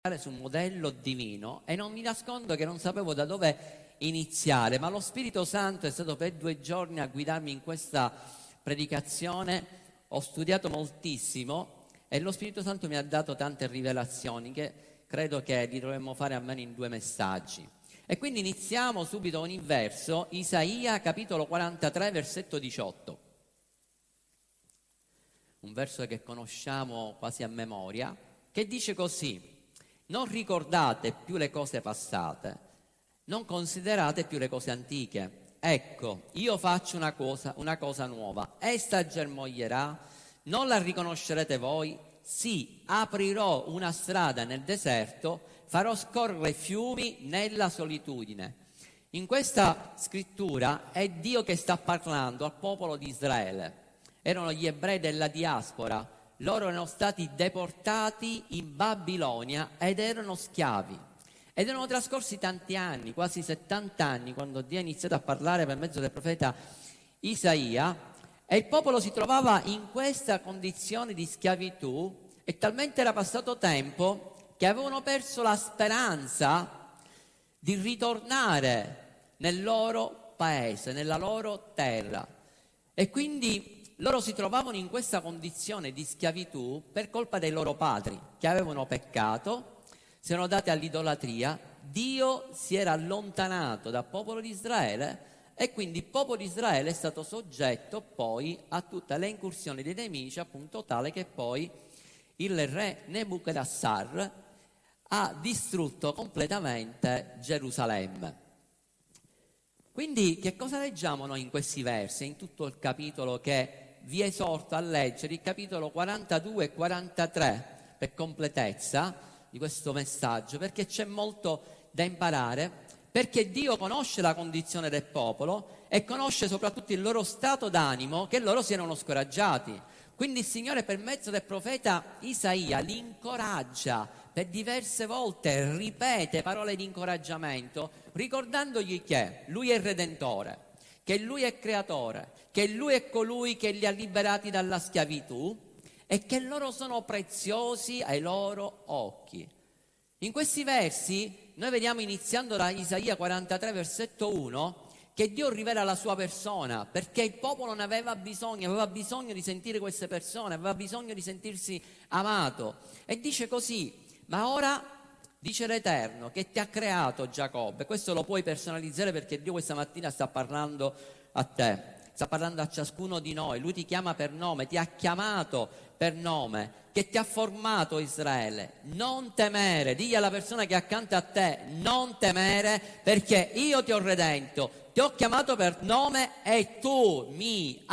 su un modello divino e non mi nascondo che non sapevo da dove iniziare, ma lo Spirito Santo è stato per 2 giorni a guidarmi in questa predicazione. Ho studiato moltissimo e lo Spirito Santo mi ha dato tante rivelazioni che credo che li dovremmo fare almeno in 2 messaggi. E quindi iniziamo subito con il verso Isaia capitolo 43 versetto 18, un verso che conosciamo quasi a memoria, che dice così: non ricordate più le cose passate, non considerate più le cose antiche. Ecco, io faccio una cosa nuova, essa germoglierà, non la riconoscerete voi. Sì, aprirò una strada nel deserto, farò scorrere fiumi nella solitudine. In questa scrittura è Dio che sta parlando al popolo di Israele. Erano gli ebrei della diaspora. Loro erano stati deportati in Babilonia ed erano schiavi. Ed erano trascorsi tanti anni, quasi 70 anni, quando Dio ha iniziato a parlare per mezzo del profeta Isaia, e il popolo si trovava in questa condizione di schiavitù e talmente era passato tempo che avevano perso la speranza di ritornare nel loro paese, nella loro terra. E quindi loro si trovavano in questa condizione di schiavitù per colpa dei loro padri che avevano peccato, si erano dati all'idolatria, Dio si era allontanato dal popolo di Israele e quindi il popolo di Israele è stato soggetto poi a tutte le incursioni dei nemici, appunto tale che poi il re Nebuchadnezzar ha distrutto completamente Gerusalemme. Quindi che cosa leggiamo noi in questi versi, in tutto il capitolo che vi esorto a leggere, il capitolo 42 e 43 per completezza di questo messaggio, perché c'è molto da imparare, perché Dio conosce la condizione del popolo e conosce soprattutto il loro stato d'animo, che loro si erano scoraggiati. Quindi il Signore per mezzo del profeta Isaia li incoraggia per diverse volte, ripete parole di incoraggiamento, ricordandogli che Lui è il Redentore, che Lui è Creatore, che Lui è colui che li ha liberati dalla schiavitù e che loro sono preziosi ai loro occhi. In questi versi noi vediamo, iniziando da Isaia 43 versetto 1, che Dio rivela la sua persona, perché il popolo ne aveva bisogno di sentire queste persone, aveva bisogno di sentirsi amato. E dice così: ma ora, dice l'Eterno, che ti ha creato Giacobbe. Questo lo puoi personalizzare perché Dio questa mattina sta parlando a te, sta parlando a ciascuno di noi. Lui ti chiama per nome, ti ha chiamato per nome, che ti ha formato Israele. Non temere, digli alla persona che è accanto a te, non temere, perché io ti ho redento, ti ho chiamato per nome e tu mi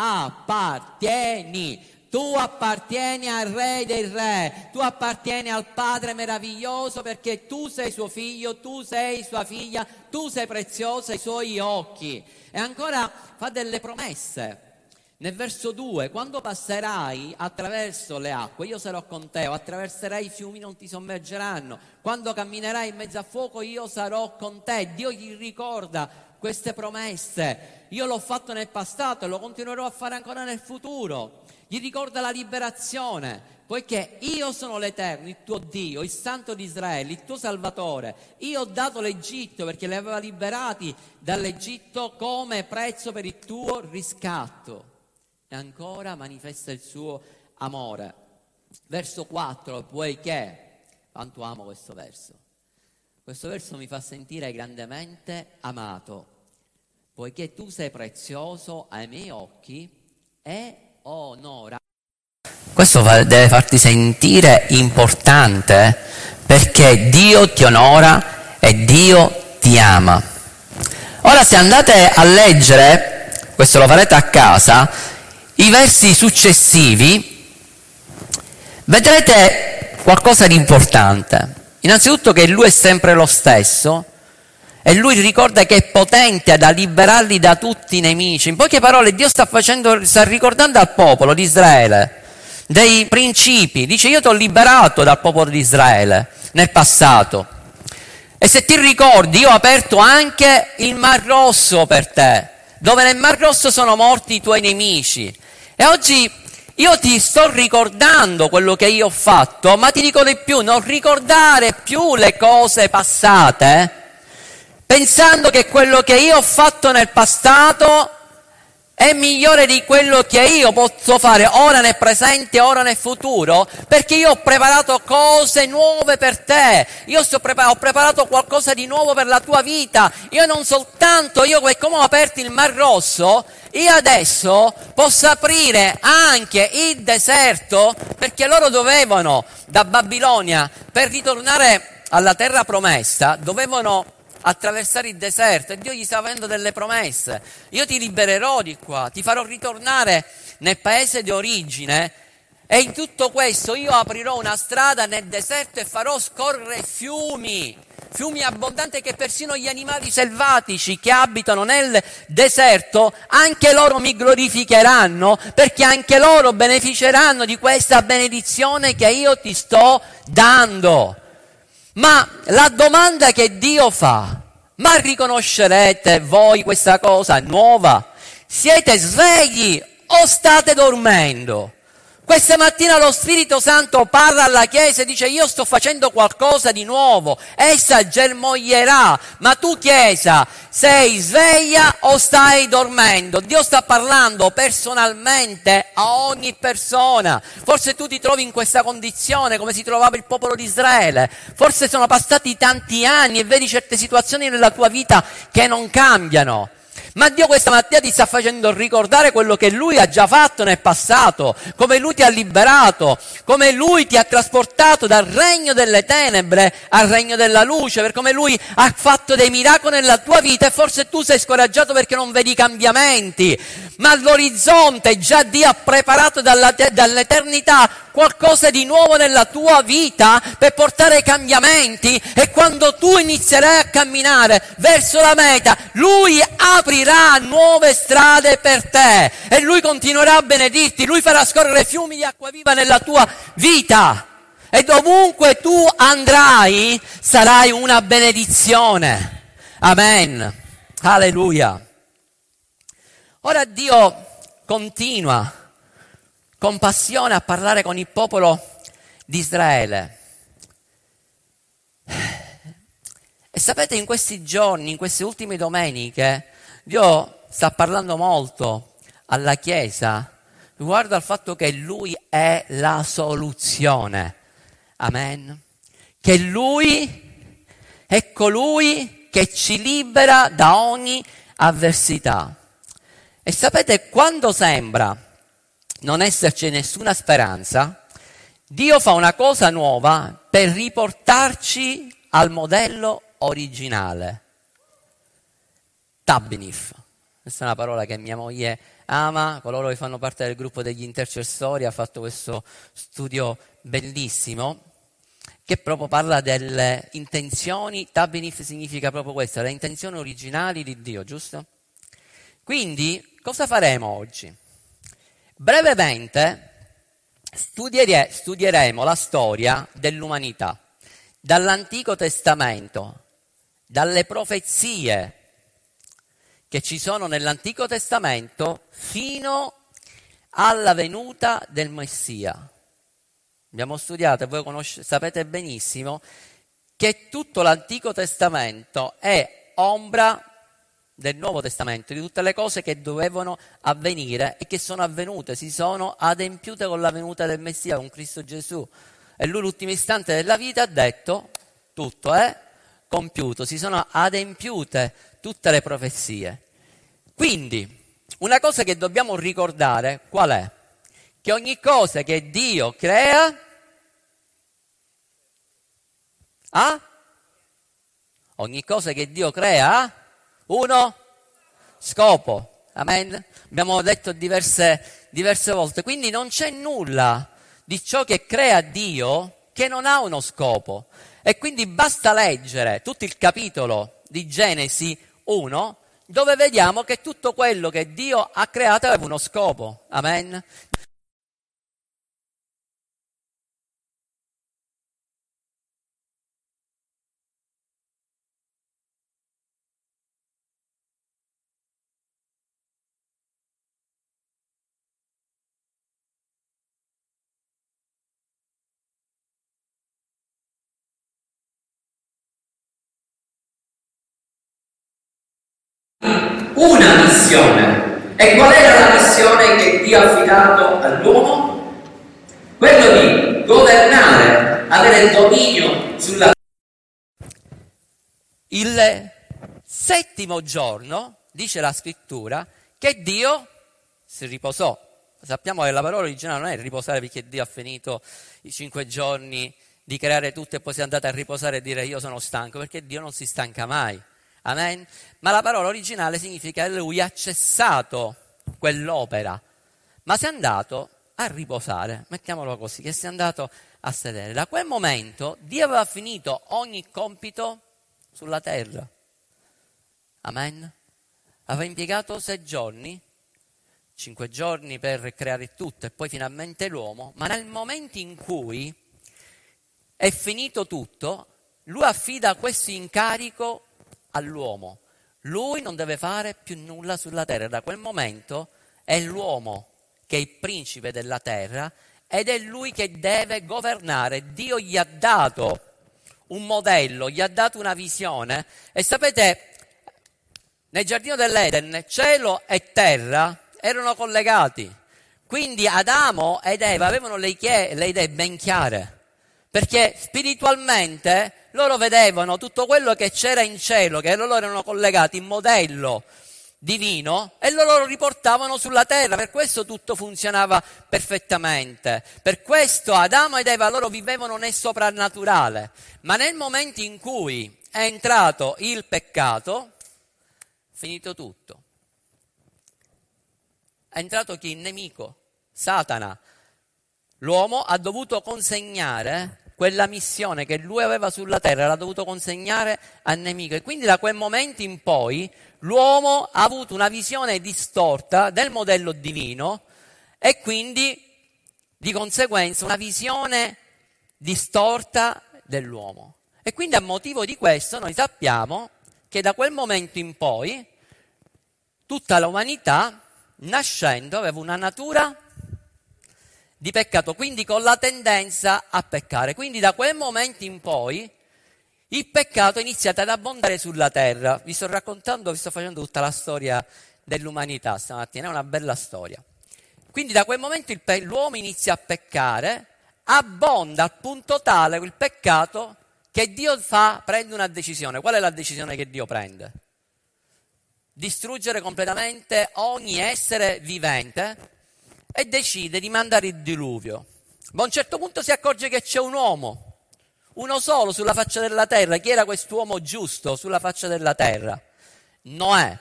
appartieni. Tu appartieni al Re dei Re, tu appartieni al Padre meraviglioso, perché tu sei suo figlio, tu sei sua figlia, tu sei preziosa ai suoi occhi. E ancora fa delle promesse. Nel verso 2, quando passerai attraverso le acque, io sarò con te, o attraverserai i fiumi, non ti sommergeranno. Quando camminerai in mezzo a fuoco, io sarò con te. Dio gli ricorda queste promesse. Io l'ho fatto nel passato e lo continuerò a fare ancora nel futuro. Gli ricorda la liberazione, poiché io sono l'Eterno, il tuo Dio, il Santo di Israele, il tuo Salvatore. Io ho dato l'Egitto perché li aveva liberati dall'Egitto come prezzo per il tuo riscatto. E ancora manifesta il suo amore. Verso 4, poiché, quanto amo questo verso. Questo verso mi fa sentire grandemente amato, poiché tu sei prezioso ai miei occhi e onora. Questo deve farti sentire importante, perché Dio ti onora e Dio ti ama. Ora, se andate a leggere, questo lo farete a casa, i versi successivi, vedrete qualcosa di importante. Innanzitutto che Lui è sempre lo stesso e Lui ricorda che è potente da liberarli da tutti i nemici. In poche parole, Dio sta ricordando al popolo di Israele dei principi. Dice: io ti ho liberato dal popolo di Israele nel passato. E se ti ricordi, io ho aperto anche il Mar Rosso per te, dove nel Mar Rosso sono morti i tuoi nemici. E oggi io ti sto ricordando quello che io ho fatto, ma ti dico di più, non ricordare più le cose passate, pensando che quello che io ho fatto nel passato è migliore di quello che io posso fare ora nel presente, ora nel futuro, perché io ho preparato cose nuove per te, ho preparato qualcosa di nuovo per la tua vita, io non soltanto, come ho aperto il Mar Rosso, io adesso posso aprire anche il deserto, perché loro dovevano, da Babilonia, per ritornare alla terra promessa, dovevano attraversare il deserto, e Dio gli sta avendo delle promesse. Io ti libererò di qua, ti farò ritornare nel paese di origine, e in tutto questo io aprirò una strada nel deserto e farò scorrere fiumi abbondanti, che persino gli animali selvatici che abitano nel deserto, anche loro mi glorificheranno, perché anche loro beneficeranno di questa benedizione che io ti sto dando. Ma la domanda che Dio fa: ma riconoscerete voi questa cosa nuova? Siete svegli o state dormendo? Questa mattina lo Spirito Santo parla alla Chiesa e dice: io sto facendo qualcosa di nuovo, essa germoglierà, ma tu Chiesa sei sveglia o stai dormendo? Dio sta parlando personalmente a ogni persona. Forse tu ti trovi in questa condizione come si trovava il popolo di Israele, forse sono passati tanti anni e vedi certe situazioni nella tua vita che non cambiano. Ma Dio questa mattina ti sta facendo ricordare quello che Lui ha già fatto nel passato, come Lui ti ha liberato, come Lui ti ha trasportato dal regno delle tenebre al regno della luce, per come Lui ha fatto dei miracoli nella tua vita, e forse tu sei scoraggiato perché non vedi cambiamenti, ma all'orizzonte già Dio ha preparato dall'eternità qualcosa di nuovo nella tua vita per portare cambiamenti, e quando tu inizierai a camminare verso la meta, Lui aprirà nuove strade per te e Lui continuerà a benedirti, Lui farà scorrere fiumi di acqua viva nella tua vita, e dovunque tu andrai sarai una benedizione. Amen. Alleluia. Ora Dio continua con passione a parlare con il popolo di Israele. E sapete, in questi giorni, in queste ultime domeniche, Dio sta parlando molto alla Chiesa riguardo al fatto che Lui è la soluzione. Amen. Che Lui è colui che ci libera da ogni avversità. E sapete, quando sembra non esserci nessuna speranza, Dio fa una cosa nuova per riportarci al modello originale. Tabnif, questa è una parola che mia moglie ama, coloro che fanno parte del gruppo degli intercessori, ha fatto questo studio bellissimo che proprio parla delle intenzioni. Tabnif significa proprio questo, le intenzioni originali di Dio, giusto? Quindi, cosa faremo oggi? Brevemente studieremo la storia dell'umanità, dall'Antico Testamento, dalle profezie che ci sono nell'Antico Testamento fino alla venuta del Messia. Abbiamo studiato, e voi sapete benissimo, che tutto l'Antico Testamento è ombra del Nuovo Testamento, di tutte le cose che dovevano avvenire e che sono avvenute, si sono adempiute con la venuta del Messia, con Cristo Gesù. E lui, l'ultimo istante della vita, ha detto: tutto è compiuto, si sono adempiute tutte le profezie. Quindi, una cosa che dobbiamo ricordare qual è? Che ogni cosa che Dio crea ogni cosa che Dio crea ha uno scopo. Amen. Abbiamo detto diverse volte. Quindi non c'è nulla di ciò che crea Dio che non ha uno scopo. E quindi basta leggere tutto il capitolo di Genesi 1, dove vediamo che tutto quello che Dio ha creato aveva uno scopo. Amen. una missione. E qual era la missione che Dio ha affidato all'uomo? Quello di governare, avere dominio sulla terra. Il settimo giorno, dice la scrittura, che Dio si riposò. Sappiamo che la parola originale non è riposare, perché Dio ha finito i 5 giorni di creare tutto e poi si è andato a riposare e dire io sono stanco, perché Dio non si stanca mai. Amen? Ma la parola originale significa che lui ha cessato quell'opera, ma si è andato a riposare, mettiamolo così, che si è andato a sedere. Da quel momento Dio aveva finito ogni compito sulla terra. Amen? Aveva impiegato 6 giorni, 5 giorni per creare tutto e poi finalmente l'uomo, ma nel momento in cui è finito tutto, lui affida questo incarico all'uomo. Lui non deve fare più nulla sulla terra. Da quel momento è l'uomo che è il principe della terra ed è lui che deve governare. Dio gli ha dato un modello, gli ha dato una visione. E sapete, nel giardino dell'Eden cielo e terra erano collegati. Quindi Adamo ed Eva avevano le idee ben chiare, perché spiritualmente loro vedevano tutto quello che c'era in cielo, che loro erano collegati in modello divino, e loro lo riportavano sulla terra. Per questo tutto funzionava perfettamente. Per questo Adamo ed Eva loro vivevano nel soprannaturale. Ma nel momento in cui è entrato il peccato, finito tutto. È entrato chi? Il nemico, Satana. L'uomo ha dovuto consegnare quella missione che lui aveva sulla terra, l'ha dovuto consegnare al nemico. E quindi da quel momento in poi l'uomo ha avuto una visione distorta del modello divino e quindi di conseguenza una visione distorta dell'uomo. E quindi a motivo di questo noi sappiamo che da quel momento in poi tutta l'umanità, nascendo, aveva una natura di peccato, quindi con la tendenza a peccare. Quindi da quel momento in poi il peccato è iniziato ad abbondare sulla terra. Vi sto raccontando, vi sto facendo tutta la storia dell'umanità stamattina, è una bella storia. Quindi da quel momento l'uomo inizia a peccare, abbonda al punto tale il peccato che Dio prende una decisione. Qual è la decisione che Dio prende? Distruggere completamente ogni essere vivente e decide di mandare il diluvio. Ma a un certo punto si accorge che c'è un uomo, uno solo sulla faccia della terra. Chi era quest'uomo giusto sulla faccia della terra? Noè.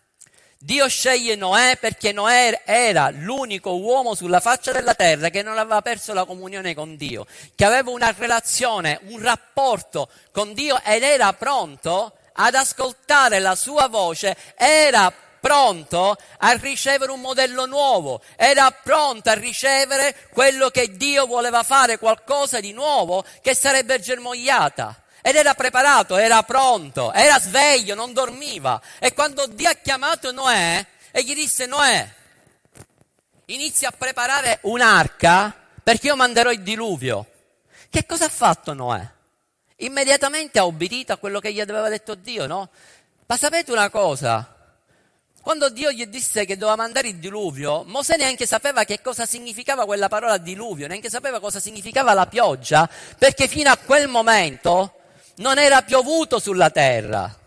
Dio sceglie Noè perché Noè era l'unico uomo sulla faccia della terra che non aveva perso la comunione con Dio, che aveva una relazione, un rapporto con Dio ed era pronto ad ascoltare la sua voce, era pronto a ricevere un modello nuovo, era pronto a ricevere quello che Dio voleva fare, qualcosa di nuovo che sarebbe germogliata. Ed era preparato, era pronto, era sveglio, non dormiva. E quando Dio ha chiamato Noè e gli disse: Noè, inizia a preparare un'arca perché io manderò il diluvio. Che cosa ha fatto Noè? Immediatamente ha obbedito a quello che gli aveva detto Dio, no? Ma sapete una cosa? Quando Dio gli disse che doveva mandare il diluvio, Mosè neanche sapeva che cosa significava quella parola diluvio, neanche sapeva cosa significava la pioggia, perché fino a quel momento non era piovuto sulla terra.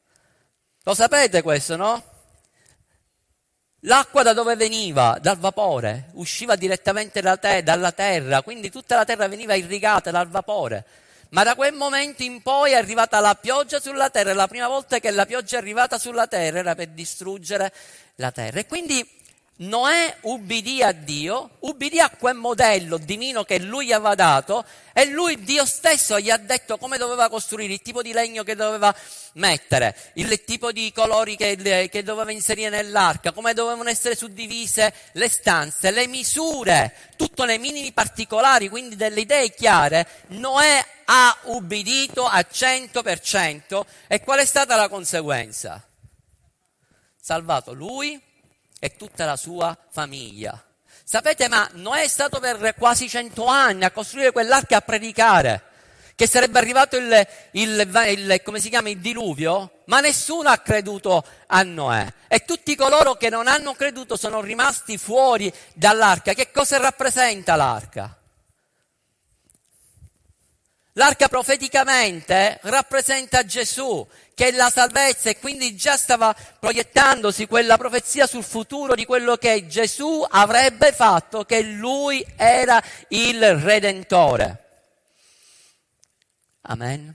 Lo sapete questo, no? L'acqua da dove veniva? Dal vapore, usciva direttamente dalla terra, quindi tutta la terra veniva irrigata dal vapore. Ma da quel momento in poi è arrivata la pioggia sulla terra, e la prima volta che la pioggia è arrivata sulla terra era per distruggere la terra. E quindi Noè ubbidì a Dio, ubbidì a quel modello divino che lui gli aveva dato, e lui, Dio stesso, gli ha detto come doveva costruire, il tipo di legno che doveva mettere, il tipo di colori che doveva inserire nell'arca, come dovevano essere suddivise le stanze, le misure, tutto nei minimi particolari, quindi delle idee chiare. Noè ha ubbidito a 100%, e qual è stata la conseguenza? Salvato lui e tutta la sua famiglia. Sapete, ma Noè è stato per quasi 100 anni a costruire quell'arca e a predicare che sarebbe arrivato come si chiama, il diluvio, ma nessuno ha creduto a Noè. E tutti coloro che non hanno creduto sono rimasti fuori dall'arca. Che cosa rappresenta l'arca? L'arca profeticamente rappresenta Gesù, che è la salvezza, e quindi già stava proiettandosi quella profezia sul futuro di quello che Gesù avrebbe fatto, che lui era il Redentore. Amen.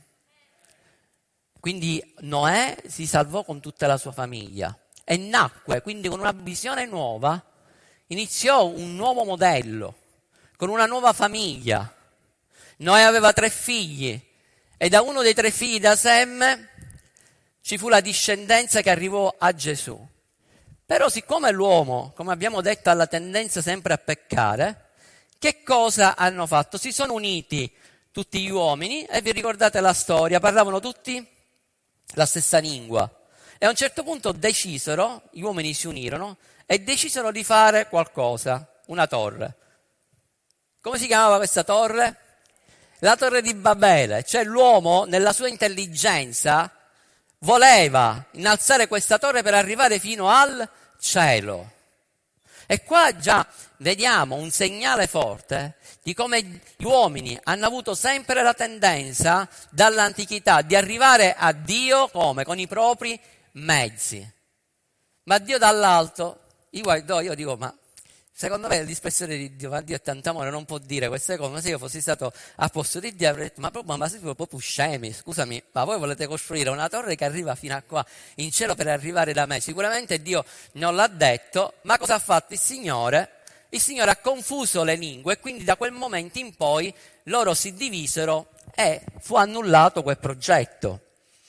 Quindi Noè si salvò con tutta la sua famiglia e nacque, quindi con una visione nuova, iniziò un nuovo modello, con una nuova famiglia. Noè aveva 3 figli e da uno dei 3 figli da Sem ci fu la discendenza che arrivò a Gesù. Però siccome l'uomo, come abbiamo detto, ha la tendenza sempre a peccare, che cosa hanno fatto? Si sono uniti tutti gli uomini e vi ricordate la storia, parlavano tutti la stessa lingua e a un certo punto gli uomini si unirono e decisero di fare qualcosa, una torre. Come si chiamava questa torre? La torre di Babele, cioè l'uomo nella sua intelligenza voleva innalzare questa torre per arrivare fino al cielo. E qua già vediamo un segnale forte di come gli uomini hanno avuto sempre la tendenza dall'antichità di arrivare a Dio come? Con i propri mezzi. Ma Dio dall'alto, io dico, ma secondo me l'espressione di Dio, ma Dio è tanto amore, non può dire queste cose. Ma se io fossi stato a posto di Dio avrei detto, ma siete proprio scemi, scusami, ma voi volete costruire una torre che arriva fino a qua in cielo per arrivare da me? Sicuramente Dio non l'ha detto, ma cosa ha fatto il Signore? Il Signore ha confuso le lingue e quindi da quel momento in poi loro si divisero e fu annullato quel progetto.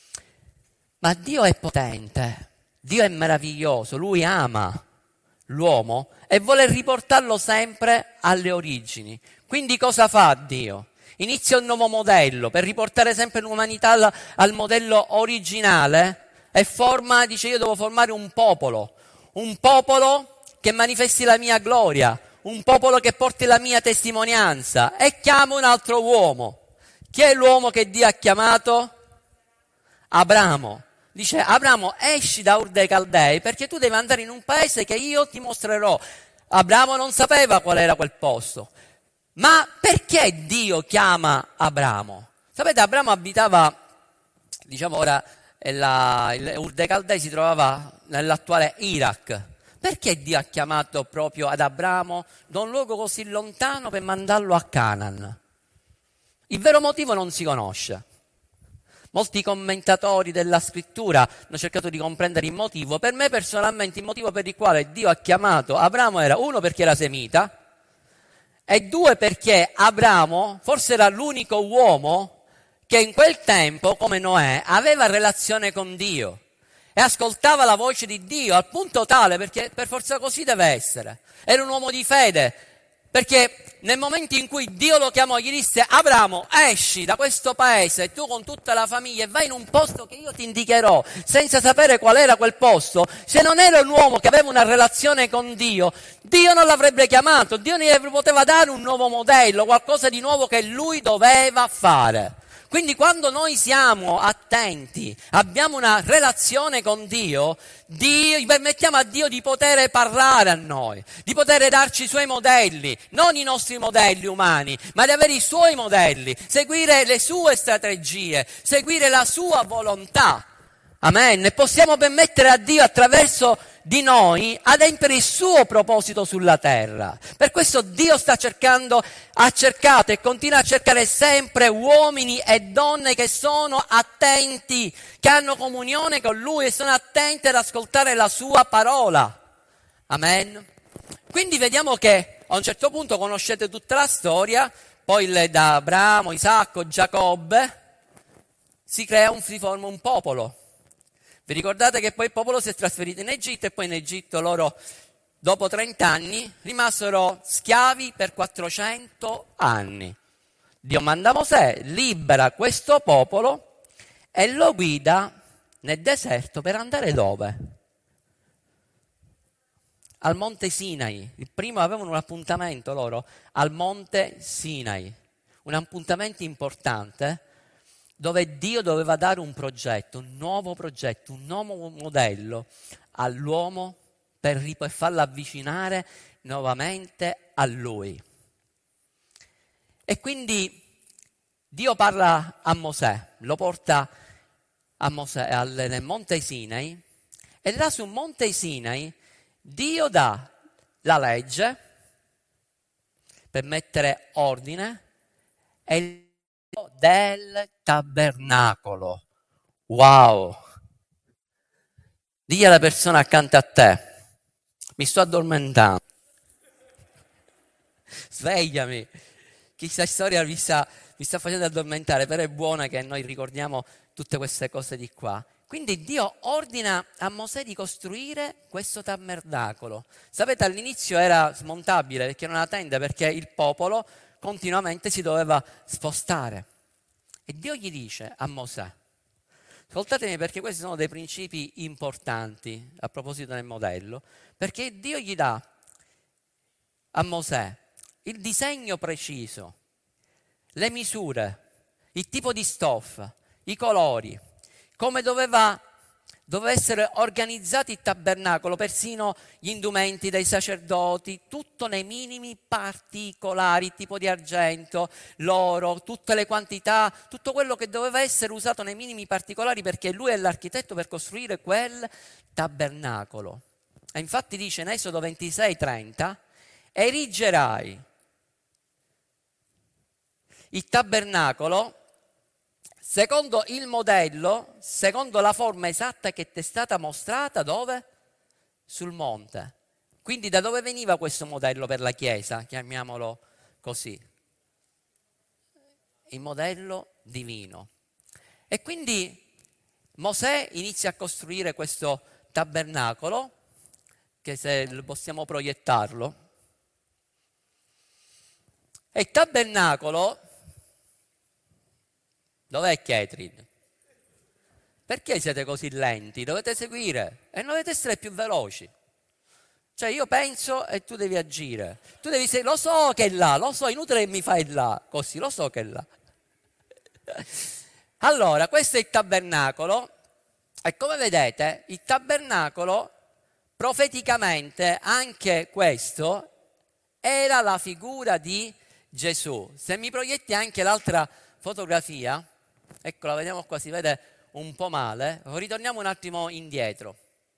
Ma Dio è potente, Dio è meraviglioso, Lui ama l'uomo e vuole riportarlo sempre alle origini. Quindi cosa fa Dio? Inizia un nuovo modello per riportare sempre l'umanità al modello originale e dice io devo formare un popolo che manifesti la mia gloria, un popolo che porti la mia testimonianza, e chiama un altro uomo. Chi è l'uomo che Dio ha chiamato? Abramo. Dice, Abramo, esci da Ur dei Caldei perché tu devi andare in un paese che io ti mostrerò. Abramo non sapeva qual era quel posto. Ma perché Dio chiama Abramo? Sapete, Abramo abitava, ora, Ur dei Caldei si trovava nell'attuale Iraq. Perché Dio ha chiamato proprio ad Abramo da un luogo così lontano per mandarlo a Canaan? Il vero motivo non si conosce. Molti commentatori della scrittura hanno cercato di comprendere il motivo. Per me personalmente il motivo per il quale Dio ha chiamato Abramo era 1 perché era semita e 2 perché Abramo forse era l'unico uomo che in quel tempo, come Noè, aveva relazione con Dio e ascoltava la voce di Dio al punto tale, perché per forza così deve essere. Era un uomo di fede, perché nel momento in cui Dio lo chiamò gli disse Abramo, esci da questo paese tu con tutta la famiglia e vai in un posto che io ti indicherò, senza sapere qual era quel posto. Se non era un uomo che aveva una relazione con Dio, Dio non l'avrebbe chiamato, Dio ne poteva dare un nuovo modello, qualcosa di nuovo che lui doveva fare. Quindi quando noi siamo attenti, abbiamo una relazione con Dio, permettiamo a Dio di poter parlare a noi, di poter darci i suoi modelli, non i nostri modelli umani, ma di avere i suoi modelli, seguire le sue strategie, seguire la sua volontà. Amen. E possiamo permettere a Dio attraverso di noi adempiere il suo proposito sulla terra. Per questo Dio ha cercato e continua a cercare sempre uomini e donne che sono attenti, che hanno comunione con Lui e sono attenti ad ascoltare la sua parola. Amen. Quindi vediamo che a un certo punto conoscete tutta la storia, poi da Abramo, Isacco, Giacobbe si forma un popolo. Vi ricordate che poi il popolo si è trasferito in Egitto e poi in Egitto loro, dopo 30 anni, rimasero schiavi per 400 anni. Dio manda Mosè, libera questo popolo e lo guida nel deserto per andare dove? Al monte Sinai. Il primo avevano un appuntamento loro al monte Sinai. un appuntamento importante dove Dio doveva dare un progetto, un nuovo modello all'uomo per farlo avvicinare nuovamente a Lui. E quindi Dio parla a Mosè, lo porta a Mosè nel Monte Sinai, e là sul Monte Sinai Dio dà la legge per mettere ordine e il del tabernacolo. Wow! Digli alla persona accanto a te, mi sto addormentando. Svegliami. Questa storia mi sta facendo addormentare, però è buona che noi ricordiamo tutte queste cose di qua. Quindi Dio ordina a Mosè di costruire questo tabernacolo. Sapete, all'inizio era smontabile perché era una tenda, perché il popolo continuamente si doveva spostare. E Dio gli dice a Mosè, ascoltatemi perché questi sono dei principi importanti a proposito del modello, perché Dio gli dà a Mosè il disegno preciso, le misure, il tipo di stoffa, i colori, come doveva essere organizzato il tabernacolo, persino gli indumenti dei sacerdoti, tutto nei minimi particolari, il tipo di argento, l'oro, tutte le quantità, tutto quello che doveva essere usato nei minimi particolari, perché lui è l'architetto per costruire quel tabernacolo. E infatti dice in Esodo 26:30, erigerai il tabernacolo secondo il modello, secondo la forma esatta che ti è stata mostrata dove? Sul monte. Quindi da dove veniva questo modello per la Chiesa? Chiamiamolo così. Il modello divino. E quindi Mosè inizia a costruire questo tabernacolo, che se possiamo proiettarlo. E il tabernacolo, dov'è Catherine? Perché siete così lenti? Dovete seguire e non dovete essere più veloci. Cioè io penso e tu devi agire. Tu devi lo so che è là, lo so, inutile che mi fai là, così, lo so che è là. Allora, questo è il tabernacolo e come vedete il tabernacolo profeticamente, anche questo, era la figura di Gesù. Se mi proietti anche l'altra fotografia, eccola, vediamo qua, si vede un po' male. Ritorniamo un attimo indietro.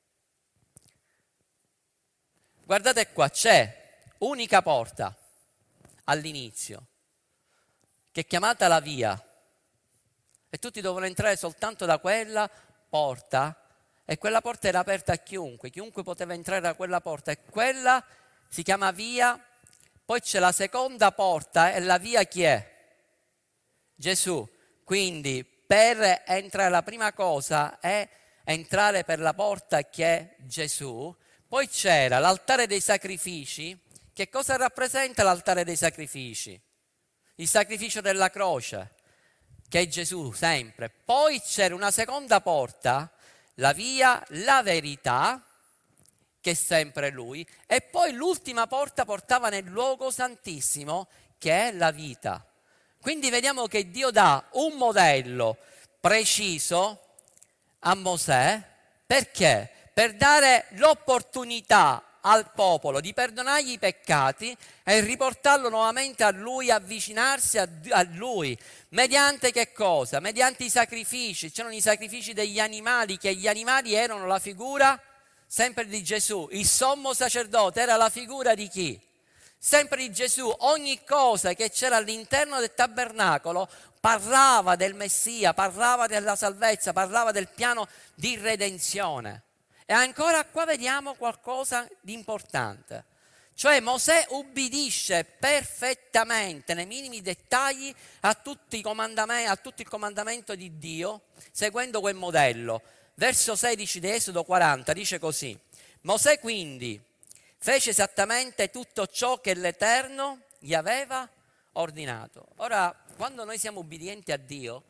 Guardate qua, c'è unica porta all'inizio, che è chiamata la via, e tutti dovevano entrare soltanto da quella porta, e quella porta era aperta a chiunque poteva entrare da quella porta, e quella si chiama via. Poi c'è la seconda porta, e la via chi è? Gesù. Quindi per entrare, la prima cosa è entrare per la porta che è Gesù. Poi c'era l'altare dei sacrifici. Che cosa rappresenta l'altare dei sacrifici? Il sacrificio della croce, che è Gesù sempre. Poi c'era una seconda porta, la via, la verità, che è sempre Lui, e poi l'ultima porta portava nel luogo santissimo, che è la vita. Quindi vediamo che Dio dà un modello preciso a Mosè, perché? Per dare l'opportunità al popolo di perdonargli i peccati e riportarlo nuovamente a Lui, avvicinarsi a Lui. Mediante che cosa? Mediante i sacrifici. C'erano i sacrifici degli animali, che gli animali erano la figura sempre di Gesù. Il sommo sacerdote era la figura di chi? Sempre di Gesù. Ogni cosa che c'era all'interno del tabernacolo parlava del Messia, parlava della salvezza, parlava del piano di redenzione. E ancora qua vediamo qualcosa di importante. Cioè Mosè ubbidisce perfettamente, nei minimi dettagli, a tutto il comandamento di Dio, seguendo quel modello. Verso 16 di Esodo 40 dice così: Mosè quindi fece esattamente tutto ciò che l'Eterno gli aveva ordinato. Ora, quando noi siamo ubbidienti a Dio,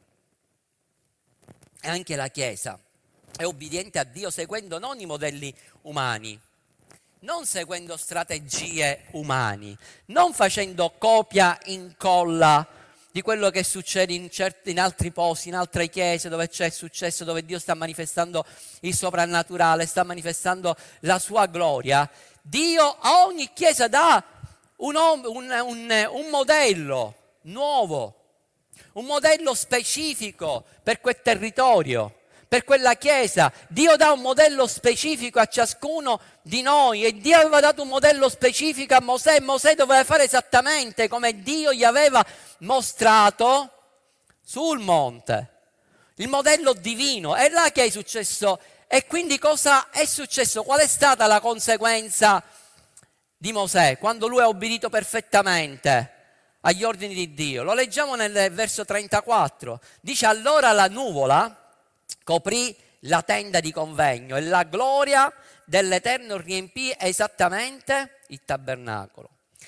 e anche la Chiesa è ubbidiente a Dio seguendo non i modelli umani, non seguendo strategie umane, non facendo copia incolla di quello che succede in altri posti, in altre chiese dove c'è successo, dove Dio sta manifestando il soprannaturale, sta manifestando la sua gloria. Dio a ogni chiesa dà un modello nuovo, un modello specifico per quel territorio, per quella chiesa. Dio dà un modello specifico a ciascuno di noi, e Dio aveva dato un modello specifico a Mosè, e Mosè doveva fare esattamente come Dio gli aveva mostrato sul monte, il modello divino. È là che è successo. E quindi cosa è successo? Qual è stata la conseguenza di Mosè quando lui ha obbedito perfettamente agli ordini di Dio? Lo leggiamo nel verso 34. Dice: allora la nuvola coprì la tenda di convegno e la gloria dell'Eterno riempì esattamente il tabernacolo.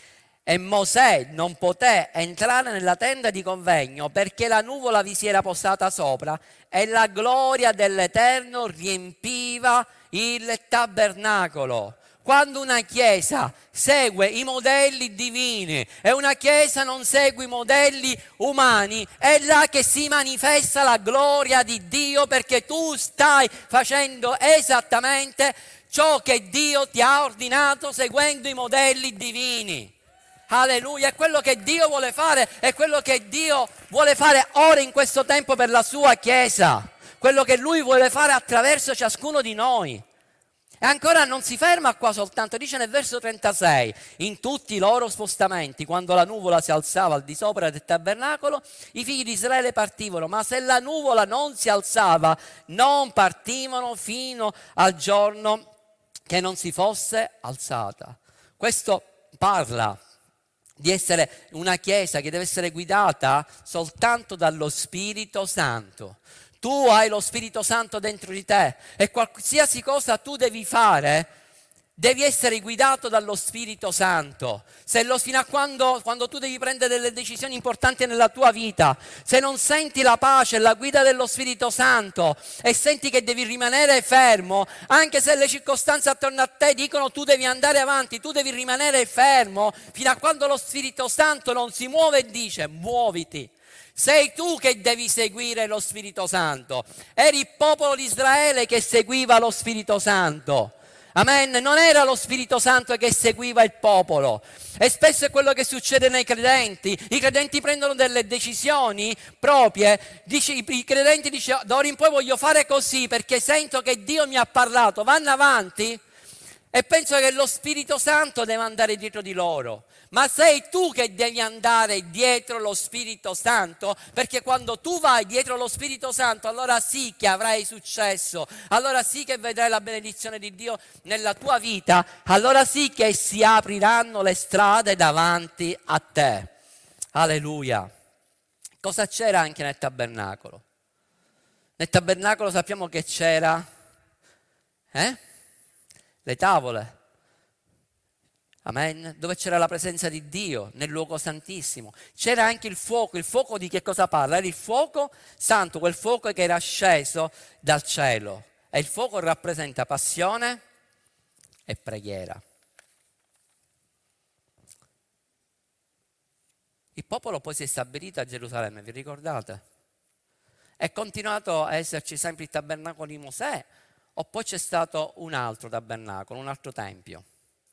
E Mosè non poté entrare nella tenda di convegno perché la nuvola vi si era posata sopra e la gloria dell'Eterno riempiva il tabernacolo. Quando una chiesa segue i modelli divini e una chiesa non segue i modelli umani, è là che si manifesta la gloria di Dio, perché tu stai facendo esattamente ciò che Dio ti ha ordinato seguendo i modelli divini. Alleluia, è quello che Dio vuole fare, è quello che Dio vuole fare ora in questo tempo per la sua chiesa, quello che Lui vuole fare attraverso ciascuno di noi. E ancora non si ferma qua soltanto, dice nel verso 36: in tutti i loro spostamenti, quando la nuvola si alzava al di sopra del tabernacolo, i figli di Israele partivano, ma se la nuvola non si alzava, non partivano fino al giorno che non si fosse alzata. Questo parla di essere una chiesa che deve essere guidata soltanto dallo Spirito Santo. Tu hai lo Spirito Santo dentro di te e qualsiasi cosa tu devi fare, devi essere guidato dallo Spirito Santo. Fino a quando tu devi prendere delle decisioni importanti nella tua vita, se non senti la pace e la guida dello Spirito Santo e senti che devi rimanere fermo, anche se le circostanze attorno a te dicono tu devi andare avanti, tu devi rimanere fermo fino a quando lo Spirito Santo non si muove e dice muoviti. Sei tu che devi seguire lo Spirito Santo. Eri il popolo di Israele che seguiva lo Spirito Santo. Amen. Non era lo Spirito Santo che seguiva il popolo. E spesso è quello che succede nei credenti. I credenti prendono delle decisioni proprie. I credenti dicono: da ora in poi voglio fare così perché sento che Dio mi ha parlato. Vanno avanti e penso che lo Spirito Santo deve andare dietro di loro. Ma sei tu che devi andare dietro lo Spirito Santo, perché quando tu vai dietro lo Spirito Santo, allora sì che avrai successo, allora sì che vedrai la benedizione di Dio nella tua vita, allora sì che si apriranno le strade davanti a te. Alleluia. Cosa c'era anche nel tabernacolo? Nel tabernacolo sappiamo che c'era le tavole. Amen. Dove c'era la presenza di Dio nel luogo santissimo. C'era anche il fuoco di che cosa parla? Era il fuoco santo, quel fuoco che era sceso dal cielo. E il fuoco rappresenta passione e preghiera. Il popolo poi si è stabilito a Gerusalemme, vi ricordate? È continuato a esserci sempre il tabernacolo di Mosè, o poi c'è stato un altro tabernacolo, un altro tempio?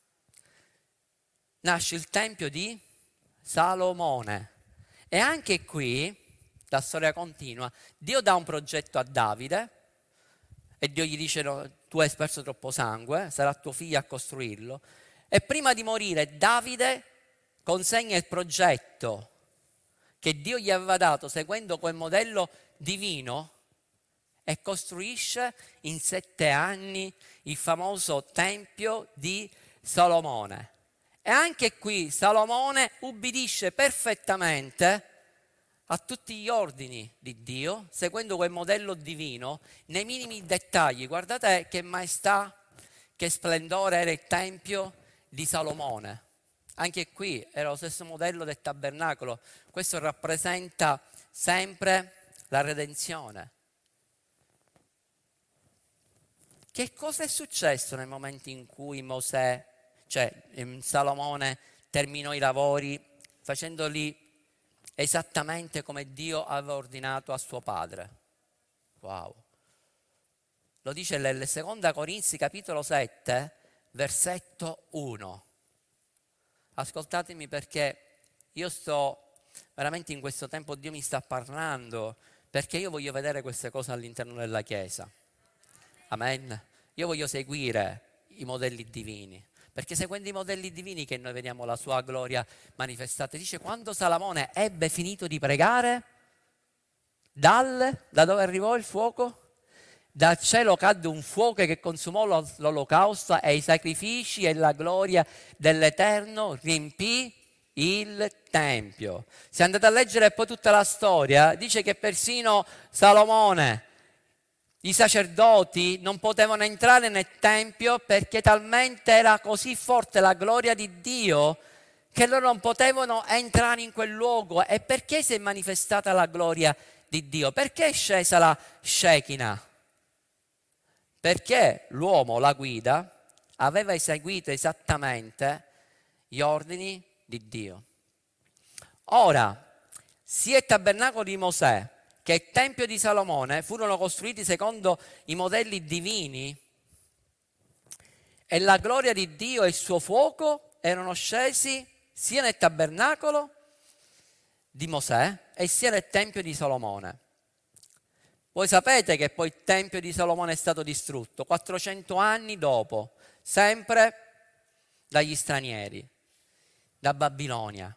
Nasce il tempio di Salomone. E anche qui, la storia continua, Dio dà un progetto a Davide e Dio gli dice: no, tu hai sperso troppo sangue, sarà tuo figlio a costruirlo. E prima di morire Davide consegna il progetto che Dio gli aveva dato seguendo quel modello divino e costruisce in 7 anni il famoso tempio di Salomone. E anche qui Salomone ubbidisce perfettamente a tutti gli ordini di Dio, seguendo quel modello divino nei minimi dettagli. Guardate che maestà, che splendore era il tempio di Salomone. Anche qui era lo stesso modello del tabernacolo. Questo rappresenta sempre la redenzione. Che cosa è successo nel momento in cui Salomone terminò i lavori, facendoli esattamente come Dio aveva ordinato a suo padre. Wow. Lo dice nel 2 Corinzi capitolo 7, versetto 1. Ascoltatemi, perché io sto veramente in questo tempo, Dio mi sta parlando, perché io voglio vedere queste cose all'interno della Chiesa. Amen. Io voglio seguire i modelli divini, perché seguendo i modelli divini che noi vediamo la sua gloria manifestata. Dice, quando Salomone ebbe finito di pregare, da dove arrivò il fuoco? Dal cielo cadde un fuoco che consumò l'olocausto e i sacrifici, e la gloria dell'Eterno riempì il Tempio. Se andate a leggere poi tutta la storia, dice che persino Salomone, i sacerdoti non potevano entrare nel Tempio perché talmente era così forte la gloria di Dio che loro non potevano entrare in quel luogo. E perché si è manifestata la gloria di Dio? Perché è scesa la Shekinah? Perché l'uomo, la guida, aveva eseguito esattamente gli ordini di Dio. Ora, sia il tabernacolo di Mosè che il Tempio di Salomone furono costruiti secondo i modelli divini, e la gloria di Dio e il suo fuoco erano scesi sia nel tabernacolo di Mosè e sia nel Tempio di Salomone. Voi sapete che poi il Tempio di Salomone è stato distrutto 400 anni dopo, sempre dagli stranieri, da Babilonia.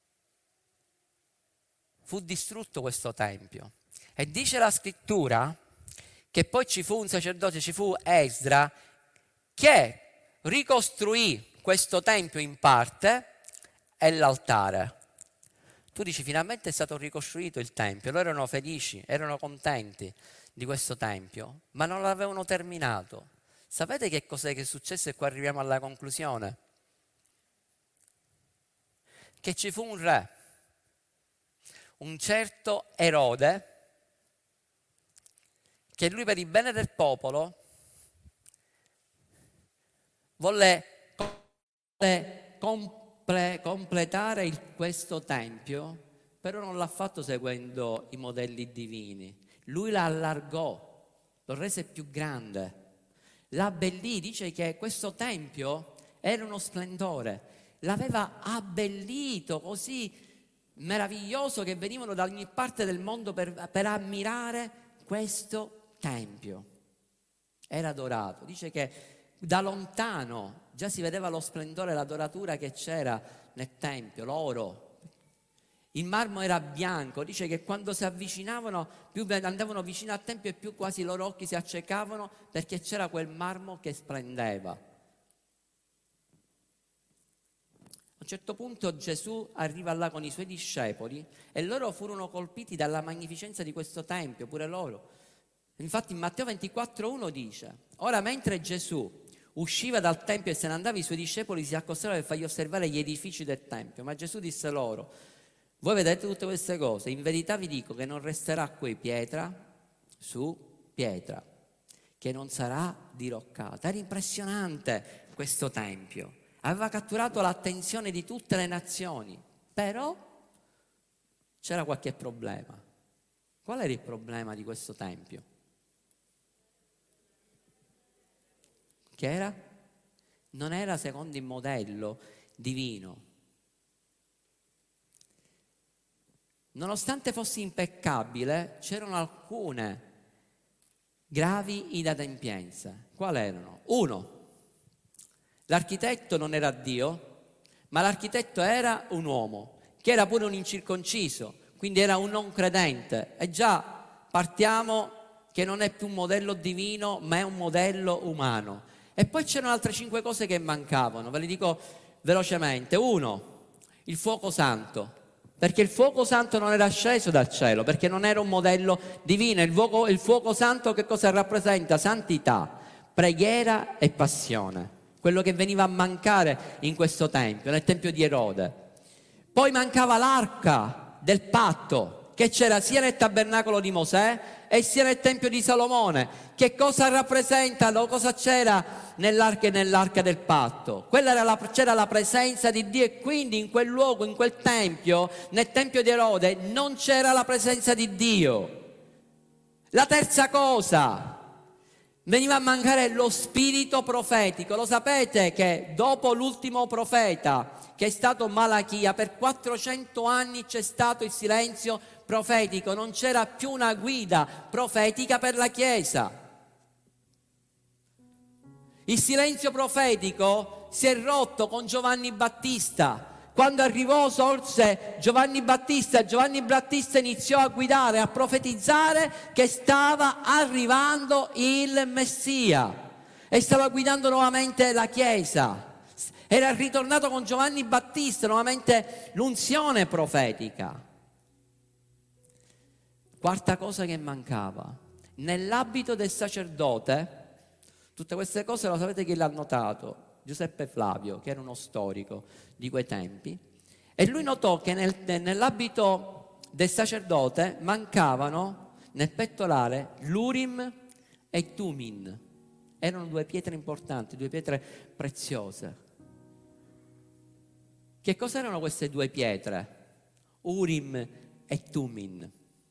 Fu distrutto questo Tempio. E dice la scrittura che poi ci fu un sacerdote, ci fu Esdra, che ricostruì questo Tempio in parte e l'altare. Tu dici, finalmente è stato ricostruito il Tempio. Loro erano felici, erano contenti di questo Tempio, ma non l'avevano terminato. Sapete che cos'è che è successo? E qua arriviamo alla conclusione. Che ci fu un re, un certo Erode, che lui per il bene del popolo volle completare questo tempio, però non l'ha fatto seguendo i modelli divini. Lui l'allargò, lo rese più grande, l'abbellì. Dice che questo tempio era uno splendore, l'aveva abbellito così meraviglioso che venivano da ogni parte del mondo per ammirare questo tempio. Era adorato. Dice che da lontano già si vedeva lo splendore e la doratura che c'era nel tempio, l'oro. Il marmo era bianco. Dice che quando si avvicinavano, più andavano vicino al tempio e più quasi i loro occhi si accecavano, perché c'era quel marmo che splendeva. A un certo punto Gesù arriva là con i suoi discepoli e loro furono colpiti dalla magnificenza di questo tempio, pure loro. Infatti in Matteo 24:1 dice: ora mentre Gesù usciva dal Tempio e se ne andava, i suoi discepoli si accostarono per fargli osservare gli edifici del Tempio. Ma Gesù disse loro: voi vedete tutte queste cose? In verità vi dico che non resterà qui pietra su pietra, che non sarà diroccata. Era impressionante questo Tempio. Aveva catturato l'attenzione di tutte le nazioni, però c'era qualche problema. Qual era il problema di questo Tempio? Che era? Non era secondo il modello divino. Nonostante fosse impeccabile, c'erano alcune gravi inadempienze. Quali erano? 1. L'architetto non era Dio, ma l'architetto era un uomo, che era pure un incirconciso, quindi era un non credente. E già partiamo che non è più un modello divino, ma è un modello umano. E poi c'erano altre 5 cose che mancavano, ve le dico velocemente. 1, il fuoco santo, perché il fuoco santo non era sceso dal cielo, perché non era un modello divino. Il fuoco santo che cosa rappresenta? Santità, preghiera e passione, quello che veniva a mancare in questo tempio, nel tempio di Erode. Poi mancava l'arca del patto, che c'era sia nel tabernacolo di Mosè e sia nel Tempio di Salomone. Che cosa rappresentano? Cosa c'era nell'arca del patto? C'era la presenza di Dio, e quindi in quel luogo, in quel tempio, nel Tempio di Erode, non c'era la presenza di Dio. La terza cosa, veniva a mancare lo spirito profetico. Lo sapete che dopo l'ultimo profeta, che è stato Malachia, per 400 anni c'è stato il silenzio profetico, non c'era più una guida profetica per la Chiesa. Il silenzio profetico si è rotto con Giovanni Battista. Quando arrivò, sorse Giovanni Battista iniziò a guidare, a profetizzare che stava arrivando il Messia e stava guidando nuovamente la Chiesa. Era ritornato con Giovanni Battista nuovamente l'unzione profetica. Quarta cosa che mancava: nell'abito del sacerdote. Tutte queste cose lo sapete chi l'ha notato? Giuseppe Flavio, che era uno storico di quei tempi, e lui notò che nell'abito del sacerdote mancavano nel pettorale l'Urim e il Tumim. Erano due pietre importanti, due pietre preziose. Che cos'erano queste due pietre? Urim e Tumim.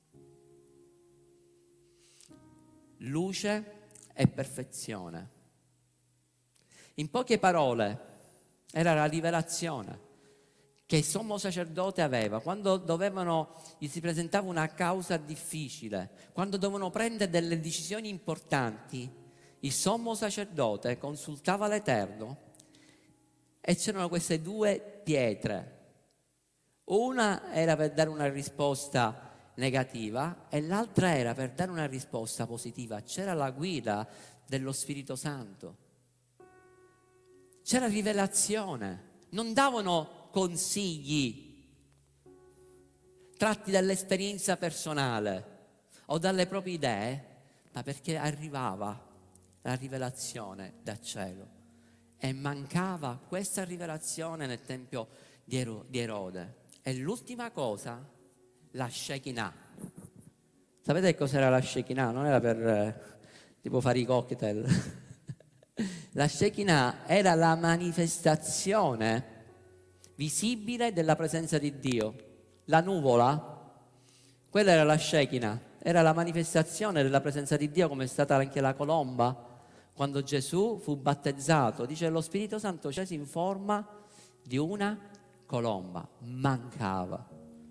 Luce e perfezione. In poche parole, era la rivelazione che il sommo sacerdote aveva quando gli si presentava una causa difficile, quando dovevano prendere delle decisioni importanti. Il sommo sacerdote consultava l'Eterno e c'erano queste due pietre. Una era per dare una risposta negativa e l'altra era per dare una risposta positiva. C'era la guida dello Spirito Santo, c'era rivelazione, non davano consigli tratti dall'esperienza personale o dalle proprie idee, ma perché arrivava la rivelazione dal cielo e mancava questa rivelazione nel tempio di Erode. E l'ultima cosa, la Shekinah. Sapete cos'era la Shekinah? Non era per tipo fare i cocktail. La Shekinah era la manifestazione visibile della presenza di Dio. La nuvola, quella era la Shekinah, era la manifestazione della presenza di Dio, come è stata anche la colomba. Quando Gesù fu battezzato, dice lo Spirito Santo scese in forma di una colomba. Mancava.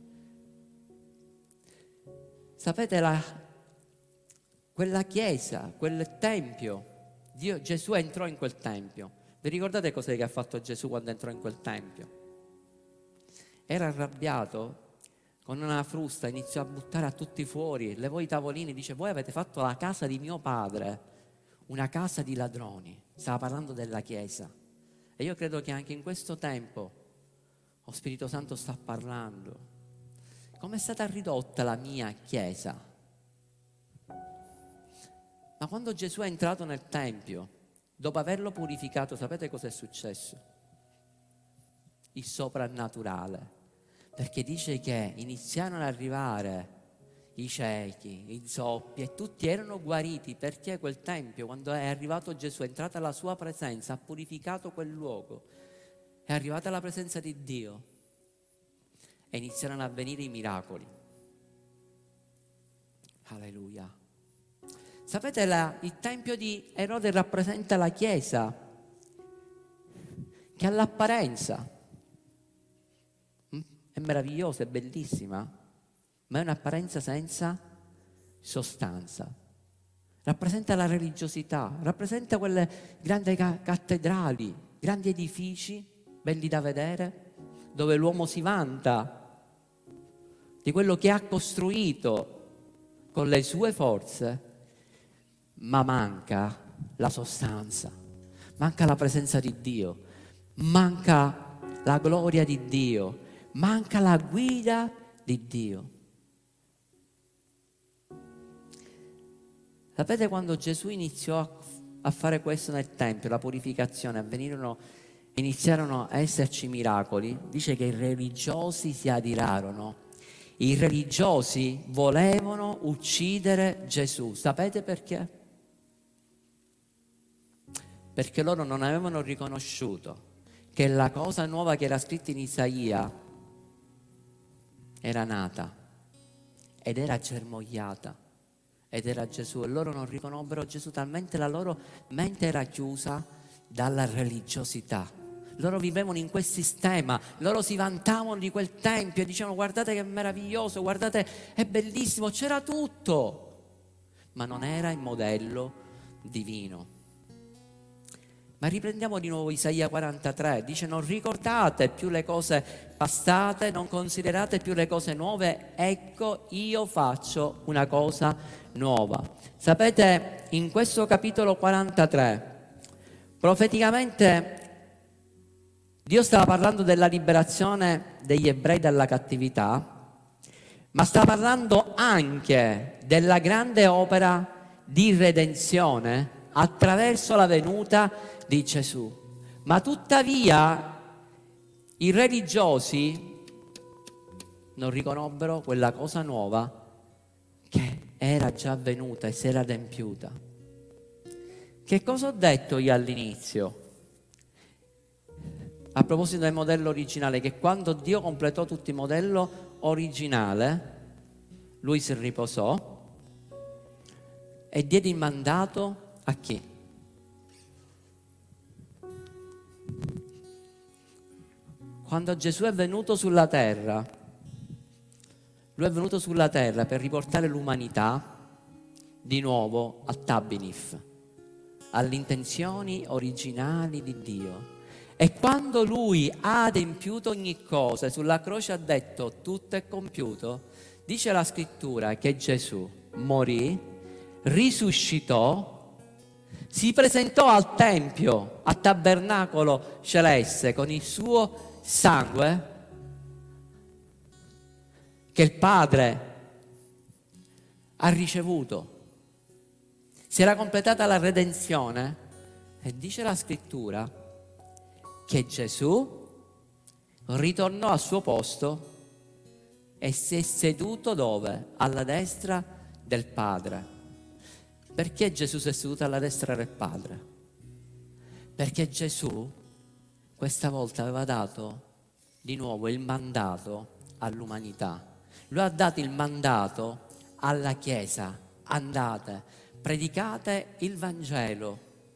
Sapete, quella chiesa, quel tempio, Gesù entrò in quel tempio. Vi ricordate cos'è che ha fatto Gesù quando entrò in quel tempio? Era arrabbiato, con una frusta iniziò a buttare a tutti fuori, levò i tavolini, dice: voi avete fatto la casa di mio padre una casa di ladroni. Stava parlando della Chiesa. E io credo che anche in questo tempo lo Spirito Santo sta parlando. Come è stata ridotta la mia Chiesa? Ma quando Gesù è entrato nel Tempio, dopo averlo purificato, sapete cosa è successo? Il soprannaturale. Perché dice che iniziarono ad arrivare i ciechi, i zoppi, e tutti erano guariti, perché quel Tempio, quando è arrivato Gesù, è entrata la sua presenza, ha purificato quel luogo, è arrivata la presenza di Dio e iniziarono a avvenire i miracoli. Alleluia. Sapete, il Tempio di Erode rappresenta la Chiesa, che all'apparenza è meravigliosa, è bellissima, ma è un'apparenza senza sostanza. Rappresenta la religiosità, rappresenta quelle grandi cattedrali, grandi edifici, belli da vedere, dove l'uomo si vanta di quello che ha costruito con le sue forze, ma manca la sostanza, manca la presenza di Dio, manca la gloria di Dio, manca la guida di Dio. Sapete, quando Gesù iniziò a fare questo nel Tempio, la purificazione, iniziarono a esserci miracoli, dice che i religiosi si adirarono. I religiosi volevano uccidere Gesù. Sapete perché? Perché loro non avevano riconosciuto che la cosa nuova che era scritta in Isaia era nata ed era germogliata ed era Gesù, e loro non riconobbero Gesù, talmente la loro mente era chiusa dalla religiosità. Loro vivevano in quel sistema, loro si vantavano di quel tempio e dicevano: guardate che meraviglioso, guardate è bellissimo, c'era tutto, ma non era il modello divino. Ma riprendiamo di nuovo Isaia 43, dice: non ricordate più le cose passate, non considerate più le cose nuove, ecco io faccio una cosa nuova. Sapete, in questo capitolo 43, profeticamente Dio stava parlando della liberazione degli ebrei dalla cattività, ma sta parlando anche della grande opera di redenzione attraverso la venuta di Gesù. Ma tuttavia i religiosi non riconobbero quella cosa nuova che era già avvenuta e si era adempiuta. Che cosa ho detto io all'inizio? A proposito del modello originale, che quando Dio completò tutto il modello originale, Lui si riposò e diede il mandato a chi? Quando Gesù è venuto sulla terra, Lui è venuto sulla terra per riportare l'umanità di nuovo a Tabinif, alle intenzioni originali di Dio. E quando Lui ha adempiuto ogni cosa, sulla croce ha detto tutto è compiuto, dice la scrittura che Gesù morì, risuscitò, si presentò al Tempio, al tabernacolo celeste con il suo sangue che il Padre ha ricevuto. Si era completata la redenzione e dice la scrittura che Gesù ritornò al suo posto e si è seduto dove? Alla destra del Padre. Perché Gesù si è seduto alla destra del Padre? Perché Gesù questa volta aveva dato di nuovo il mandato all'umanità. Lui ha dato il mandato alla Chiesa: andate, predicate il Vangelo.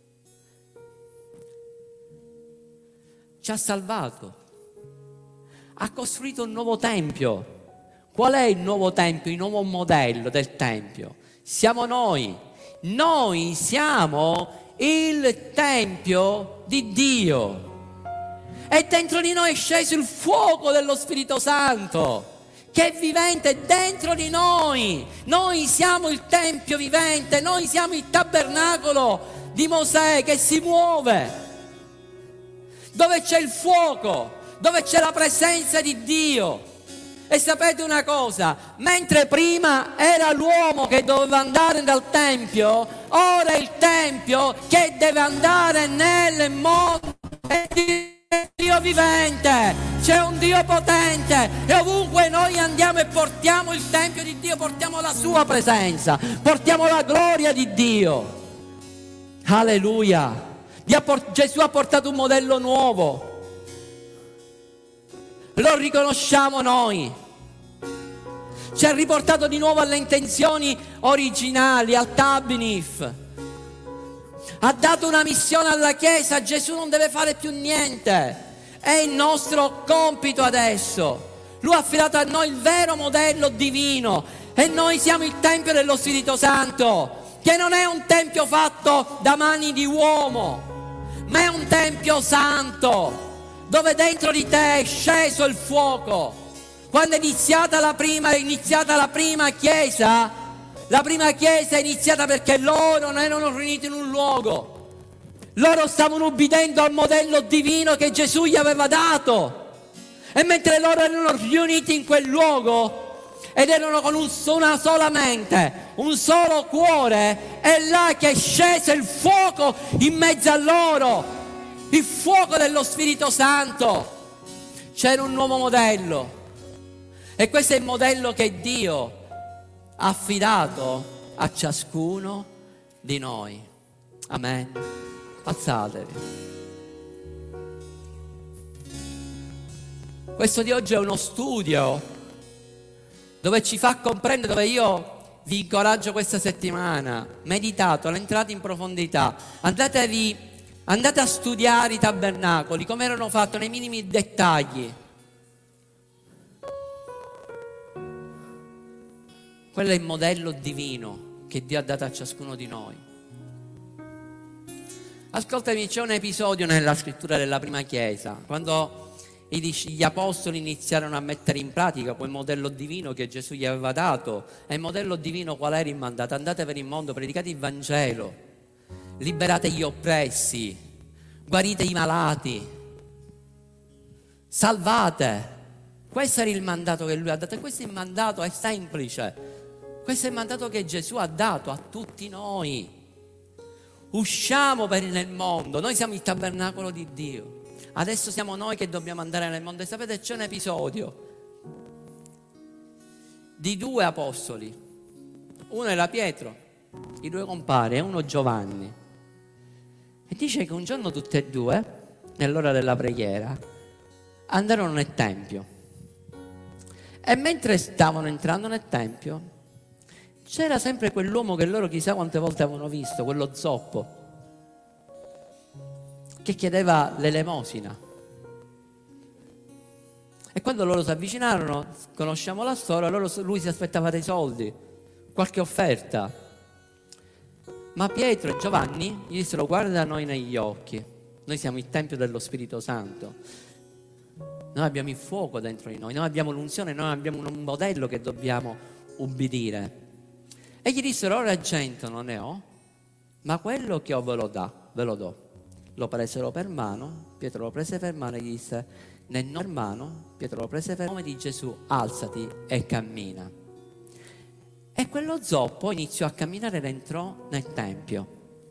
Ci ha salvato, ha costruito un nuovo tempio. Qual è il nuovo tempio, il nuovo modello del tempio? Siamo noi. Noi siamo il tempio di Dio. E dentro di noi è sceso il fuoco dello Spirito Santo, che è vivente dentro di noi. Noi siamo il tempio vivente, noi siamo il tabernacolo di Mosè che si muove, dove c'è il fuoco, dove c'è la presenza di Dio. E sapete una cosa? Mentre prima era l'uomo che doveva andare dal Tempio, ora è il Tempio che deve andare nel mondo. È Dio vivente, c'è un Dio potente e ovunque noi andiamo e portiamo il Tempio di Dio, portiamo la sua presenza, portiamo la gloria di Dio. Alleluia! Gesù ha portato un modello nuovo. Lo riconosciamo noi. Ci ha riportato di nuovo alle intenzioni originali, al Tabinif. Ha dato una missione alla Chiesa. Gesù non deve fare più niente. È il nostro compito adesso. Lui ha affidato a noi il vero modello divino. E noi siamo il Tempio dello Spirito Santo, che non è un tempio fatto da mani di uomo, ma è un tempio santo, dove dentro di te è sceso il fuoco. Quando è iniziata la prima chiesa, la prima chiesa è iniziata perché loro non erano riuniti in un luogo. Loro stavano ubbidendo al modello divino che Gesù gli aveva dato. E mentre loro erano riuniti in quel luogo ed erano con una sola mente, un solo cuore, è là che è sceso il fuoco in mezzo a loro. Il fuoco dello Spirito Santo. C'era un nuovo modello. E questo è il modello che Dio ha affidato a ciascuno di noi. Amen. Alzatevi. Questo di oggi è uno studio dove ci fa comprendere, dove io vi incoraggio questa settimana, meditate, entrate in profondità, andate a studiare i tabernacoli, come erano fatti nei minimi dettagli. Quello è il modello divino che Dio ha dato a ciascuno di noi. Ascoltami, c'è un episodio nella scrittura della prima chiesa, quando gli apostoli iniziarono a mettere in pratica quel modello divino che Gesù gli aveva dato. E il modello divino qual era il mandato? Andate per il mondo, predicate il Vangelo, liberate gli oppressi, guarite i malati, salvate. Questo era il mandato che lui ha dato, e questo è il mandato, è semplice. Questo è il mandato che Gesù ha dato a tutti noi. Usciamo nel mondo, noi siamo il tabernacolo di Dio. Adesso siamo noi che dobbiamo andare nel mondo. E sapete, c'è un episodio di 2 apostoli. Uno era Pietro, i 2 compari, e uno Giovanni. E dice che un giorno tutti e 2, nell'ora della preghiera, andarono nel Tempio. E mentre stavano entrando nel Tempio, c'era sempre quell'uomo che loro chissà quante volte avevano visto, quello zoppo, che chiedeva l'elemosina. E quando loro si avvicinarono, conosciamo la storia, lui si aspettava dei soldi, qualche offerta. Ma Pietro e Giovanni gli dissero: guarda noi negli occhi, noi siamo il Tempio dello Spirito Santo, noi abbiamo il fuoco dentro di noi abbiamo l'unzione, noi abbiamo un modello che dobbiamo ubbidire. E gli dissero: ora argento non ne ho, ma quello che ho ve lo do. Lo presero per mano, Pietro lo prese per mano e gli disse: nel nome per mano, Pietro lo prese per nome di Gesù, alzati e cammina. E quello zoppo iniziò a camminare ed entrò nel Tempio.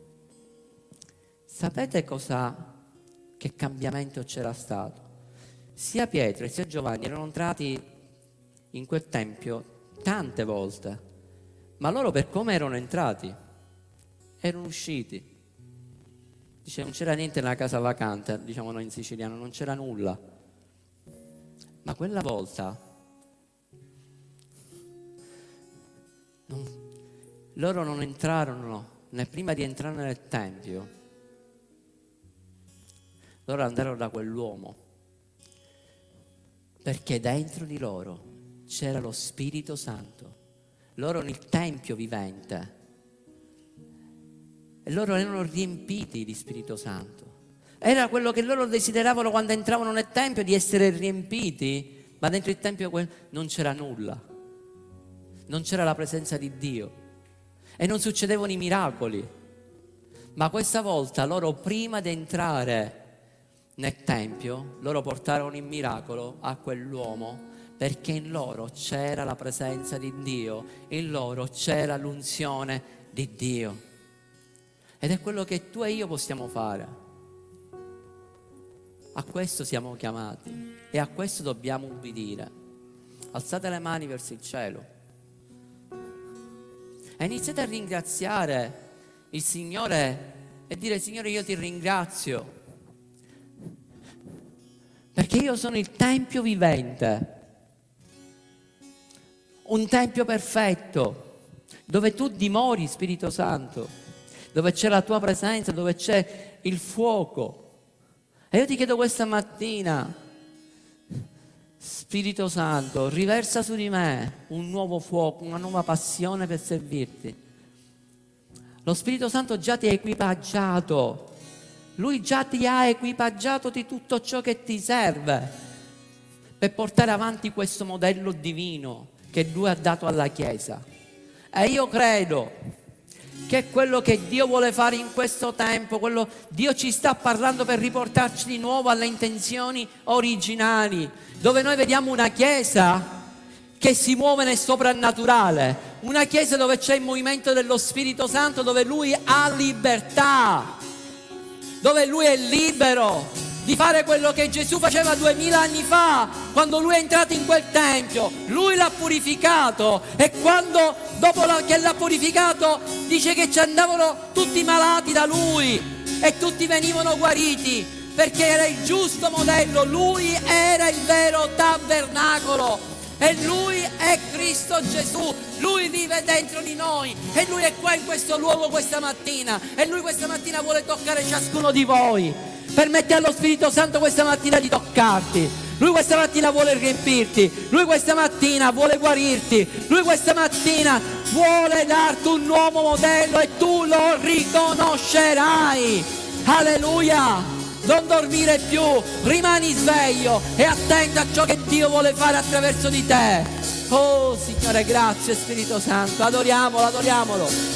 Sapete che cambiamento c'era stato? Sia Pietro e sia Giovanni erano entrati in quel Tempio tante volte, ma loro, per come erano entrati, erano usciti. Dice, non c'era niente nella casa vacante, diciamo noi in siciliano, non c'era nulla. Ma quella volta loro non entrarono, né prima di entrare nel Tempio, loro andarono da quell'uomo, perché dentro di loro c'era lo Spirito Santo. Loro erano il Tempio vivente. E loro erano riempiti di Spirito Santo. Era quello che loro desideravano quando entravano nel Tempio, di essere riempiti, ma dentro il Tempio non c'era nulla. Non c'era la presenza di Dio. E non succedevano i miracoli. Ma questa volta loro, prima di entrare nel Tempio, loro portarono il miracolo a quell'uomo, perché in loro c'era la presenza di Dio, in loro c'era l'unzione di Dio. Ed è quello che tu e io possiamo fare. A questo siamo chiamati e a questo dobbiamo ubbidire. Alzate le mani verso il cielo e iniziate a ringraziare il Signore e dire: Signore, io ti ringrazio perché io sono il Tempio vivente, un Tempio perfetto dove tu dimori, Spirito Santo, dove c'è la tua presenza, dove c'è il fuoco. E io ti chiedo questa mattina, Spirito Santo, riversa su di me un nuovo fuoco, una nuova passione per servirti. Lo Spirito Santo già ti ha equipaggiato, Lui già ti ha equipaggiato di tutto ciò che ti serve per portare avanti questo modello divino che Lui ha dato alla Chiesa. E io credo che quello che Dio vuole fare in questo tempo, Dio ci sta parlando per riportarci di nuovo alle intenzioni originali, dove noi vediamo una Chiesa che si muove nel soprannaturale, una Chiesa dove c'è il movimento dello Spirito Santo, dove Lui ha libertà, dove Lui è libero, di fare quello che Gesù faceva 2000 anni fa, quando lui è entrato in quel tempio. Lui l'ha purificato, e quando dopo che l'ha purificato dice che ci andavano tutti malati da lui e tutti venivano guariti, perché era il giusto modello. Lui era il vero tabernacolo e lui è Cristo Gesù. Lui vive dentro di noi e lui è qua in questo luogo questa mattina, e lui questa mattina vuole toccare ciascuno di voi. Permette allo Spirito Santo questa mattina di toccarti. Lui questa mattina vuole riempirti, lui questa mattina vuole guarirti, lui questa mattina vuole darti un nuovo modello e tu lo riconoscerai. Alleluia! Non dormire più, rimani sveglio e attento a ciò che Dio vuole fare attraverso di te. Oh Signore, grazie Spirito Santo, adoriamolo, adoriamolo.